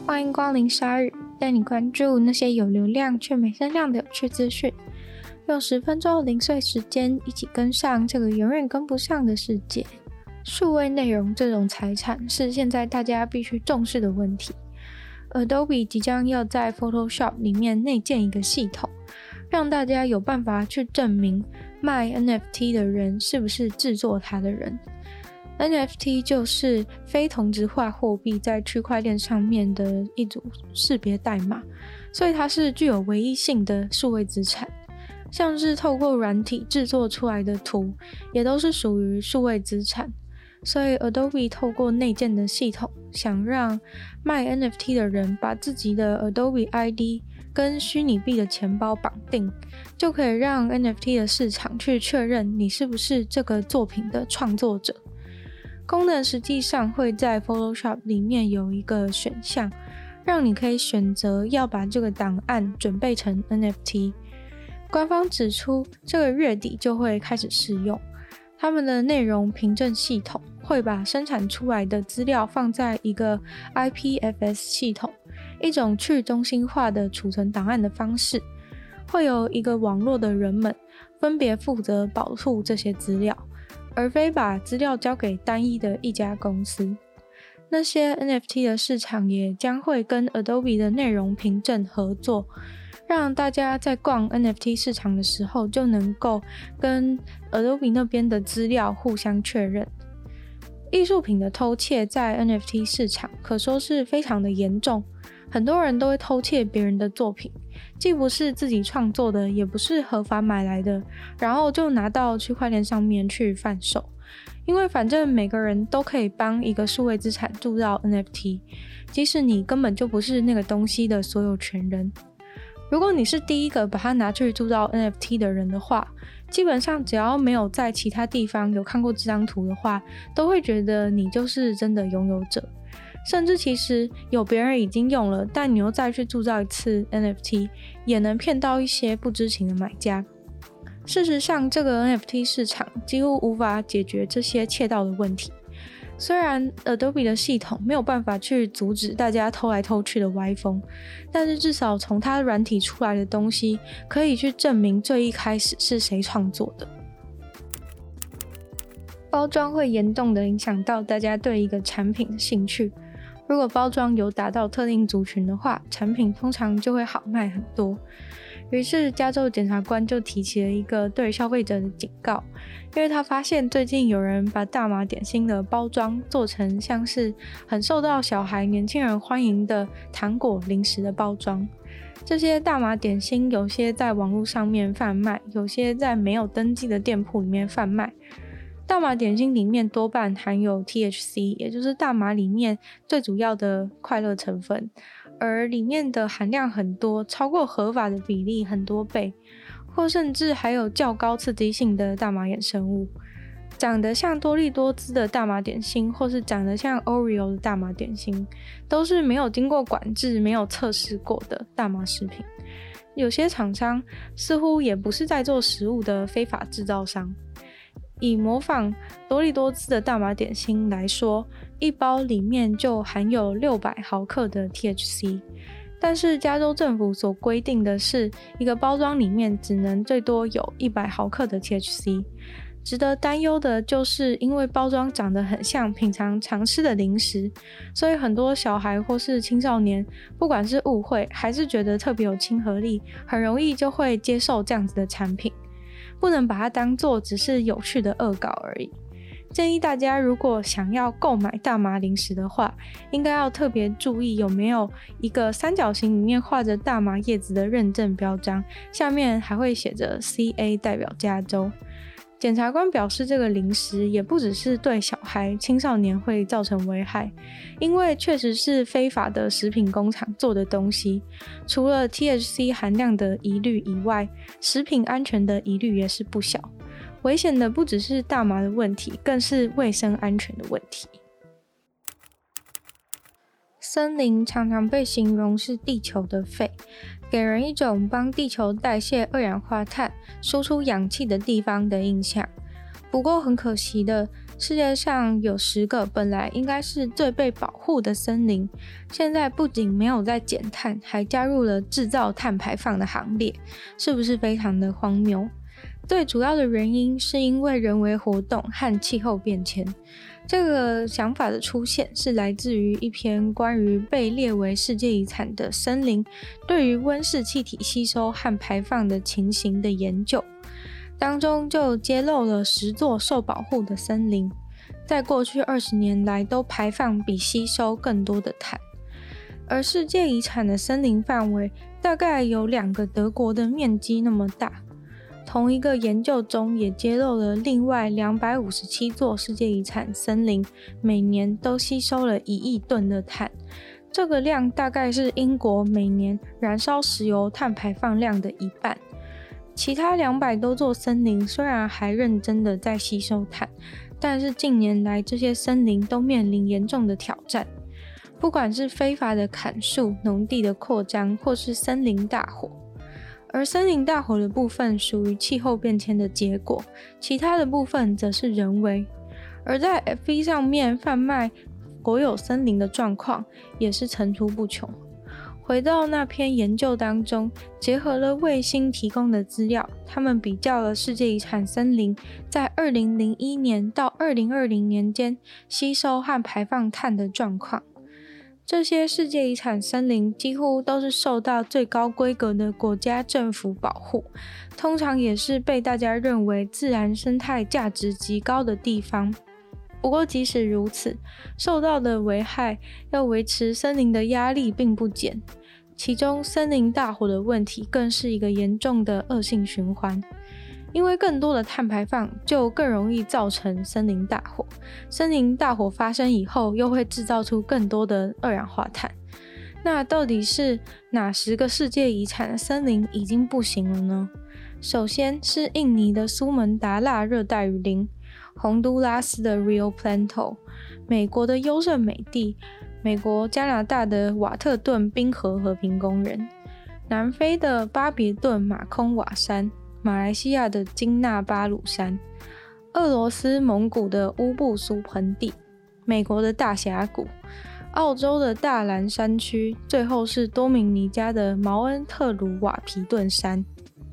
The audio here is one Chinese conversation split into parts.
欢迎光临鲨鱼，带你关注那些有流量却没声量的有趣资讯。用10分钟的零碎时间，一起跟上这个永远跟不上的世界。数位内容这种财产是现在大家必须重视的问题。Adobe 即将要在 Photoshop 里面内建一个系统，让大家有办法去证明卖 NFT 的人是不是制作它的人。NFT 就是非同质化货币在区块链上面的一组识别代码，所以它是具有唯一性的数位资产。像是透过软体制作出来的图，也都是属于数位资产。所以 Adobe 透过内建的系统，想让卖 NFT 的人把自己的 Adobe ID 跟虚拟币的钱包绑定，就可以让 NFT 的市场去确认你是不是这个作品的创作者。功能实际上会在 Photoshop 里面有一个选项，让你可以选择要把这个档案准备成 NFT。官方指出，这个月底就会开始试用。他们的内容凭证系统会把生产出来的资料放在一个 IPFS 系统，一种去中心化的储存档案的方式，会有一个网络的人们分别负责保护这些资料，而非把资料交给单一的一家公司。那些 NFT 的市场也将会跟 Adobe 的内容凭证合作，让大家在逛 NFT 市场的时候就能够跟 Adobe 那边的资料互相确认。艺术品的偷窃在 NFT 市场可说是非常的严重，很多人都会偷窃别人的作品，既不是自己创作的，也不是合法买来的，然后就拿到区块链上面去贩售。因为反正每个人都可以帮一个数位资产铸造 NFT， 即使你根本就不是那个东西的所有权人。如果你是第一个把它拿去铸造 NFT 的人的话，基本上只要没有在其他地方有看过这张图的话，都会觉得你就是真的拥有者。甚至其实有别人已经用了，但你又再去铸造一次 NFT， 也能骗到一些不知情的买家。事实上，这个 NFT 市场几乎无法解决这些窃盗的问题。虽然 Adobe 的系统没有办法去阻止大家偷来偷去的歪风，但是至少从它软体出来的东西可以去证明最一开始是谁创作的。包装会严重的影响到大家对一个产品的兴趣。如果包装有打到特定族群的话，产品通常就会好卖很多。于是加州检察官就提起了一个对消费者的警告，因为他发现最近有人把大麻点心的包装做成像是很受到小孩年轻人欢迎的糖果零食的包装。这些大麻点心有些在网络上面贩卖，有些在没有登记的店铺里面贩卖。大麻点心里面多半含有 THC， 也就是大麻里面最主要的快乐成分，而里面的含量很多，超过合法的比例很多倍，或甚至还有较高刺激性的大麻衍生物。长得像多利多滋的大麻点心，或是长得像 Oreo 的大麻点心，都是没有经过管制、没有测试过的大麻食品。有些厂商似乎也不是在做食物的非法制造商。以模仿多利多滋的大麻点心来说，一包里面就含有600毫克的 THC， 但是加州政府所规定的是，一个包装里面只能最多有100毫克的 THC。值得担忧的就是因为包装长得很像平常常吃的零食，所以很多小孩或是青少年，不管是误会还是觉得特别有亲和力，很容易就会接受这样子的产品。不能把它当作只是有趣的恶搞而已。建议大家如果想要购买大麻零食的话，应该要特别注意有没有一个三角形里面画着大麻叶子的认证标章，下面还会写着 CA 代表加州。检察官表示，这个零食也不只是对小孩、青少年会造成危害，因为确实是非法的食品工厂做的东西，除了 THC 含量的疑虑以外，食品安全的疑虑也是不小。危险的不只是大麻的问题，更是卫生安全的问题。森林常常被形容是地球的肺，给人一种帮地球代谢2氧化碳、输出氧气的地方的印象。不过很可惜的， 世界上有10个本来应该是最被保护的森林，现在不仅没有在减碳，还加入了制造碳排放的行列，是不是非常的荒谬？最主要的原因是因为人为活动和气候变迁。这个想法的出现是来自于一篇关于被列为世界遗产的森林对于温室气体吸收和排放的情形的研究，当中就揭露了10座受保护的森林，在过去20年来都排放比吸收更多的碳。而世界遗产的森林范围大概有2个德国的面积那么大。同一个研究中也揭露了另外257座世界遗产森林每年都吸收了1亿吨的碳，这个量大概是英国每年燃烧石油碳排放量的1半。其他200多座森林虽然还认真的在吸收碳，但是近年来这些森林都面临严重的挑战，不管是非法的砍树、农地的扩张，或是森林大火。而森林大火的部分属于气候变迁的结果，其他的部分则是人为。而在 FB 上面贩卖国有森林的状况也是层出不穷。回到那篇研究当中，结合了卫星提供的资料，他们比较了世界遗产森林在2001年到2020年间吸收和排放碳的状况。这些世界遗产森林几乎都是受到最高规格的国家政府保护，通常也是被大家认为自然生态价值极高的地方。不过即使如此，受到的危害要维持森林的压力并不减，其中森林大火的问题更是一个严重的恶性循环。因为更多的碳排放就更容易造成森林大火，森林大火发生以后又会制造出更多的二氧化碳。那到底是哪10个世界遗产的森林已经不行了呢？首先是印尼的苏门答腊热带雨林，洪都拉斯的 Rio Planto， 美国的优胜美地，美国加拿大的瓦特顿冰河和平公园，南非的巴别顿马空瓦山，马来西亚的金纳巴鲁山，俄罗斯蒙古的乌布苏盆地，美国的大峡谷，澳洲的大兰山区，最后是多米尼加的毛恩特鲁瓦皮顿山。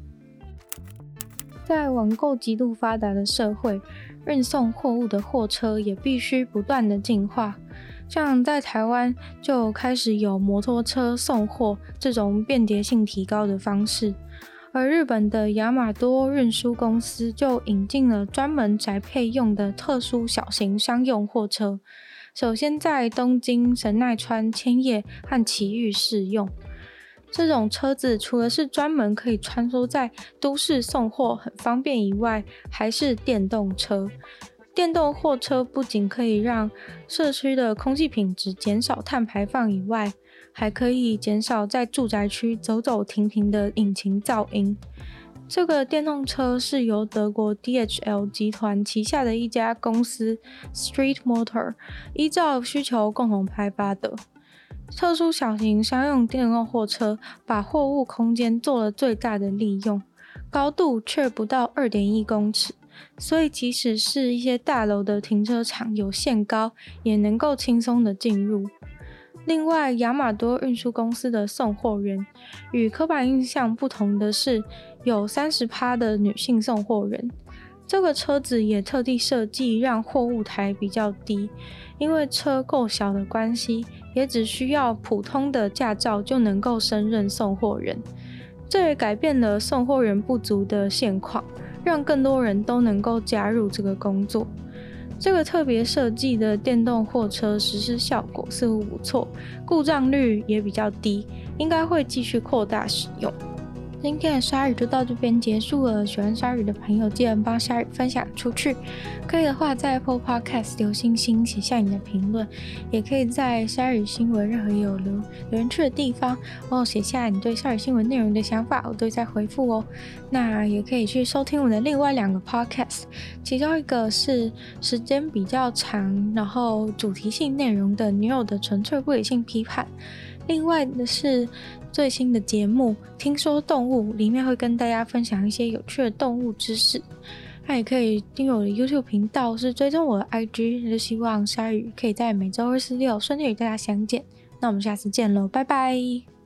在网购极度发达的社会，运送货物的货车也必须不断的进化。像在台湾就开始有摩托车送货这种便捷性提高的方式，而日本的亚马多运输公司就引进了专门宅配用的特殊小型商用货车，首先在东京、神奈川、千叶和埼玉试用。这种车子除了是专门可以穿梭在都市送货很方便以外，还是电动车。电动货车不仅可以让社区的空气品质减少碳排放以外，还可以减少在住宅区走走停停的引擎噪音。这个电动车是由德国 DHL 集团旗下的一家公司 Street Motor 依照需求共同开发的。特殊小型商用电动货车把货物空间做了最大的利用，高度却不到 2.1 公尺，所以即使是一些大楼的停车场有限高，也能够轻松的进入。另外，亚马多运输公司的送货员与刻板印象不同的是，有 30% 的女性送货员。这个车子也特地设计让货物台比较低，因为车够小的关系，也只需要普通的驾照就能够胜任送货员。这也改变了送货员不足的现况，让更多人都能够加入这个工作。这个特别设计的电动货车实施效果似乎不错，故障率也比较低，应该会继续扩大使用。今天的鲨鱼就到这边结束了，喜欢鲨鱼的朋友记得帮鲨鱼分享出去，可以的话在 Apple Podcast 留星星，写下你的评论，也可以在鲨鱼新闻任何有留言区的地方写下你对鲨鱼新闻内容的想法，我都会再回复哦。那也可以去收听我的另外2个 podcast， 其中一个是时间比较长，然后主题性内容的女友的纯粹不理性批判，另外的是最新的节目听说动物，里面会跟大家分享一些有趣的动物知识。 那也可以订阅我的 YouTube 频道，是追踪我的 IG。就希望鲨鱼可以在每周2、4、6顺利与大家相见。那我们下次见喽，拜拜。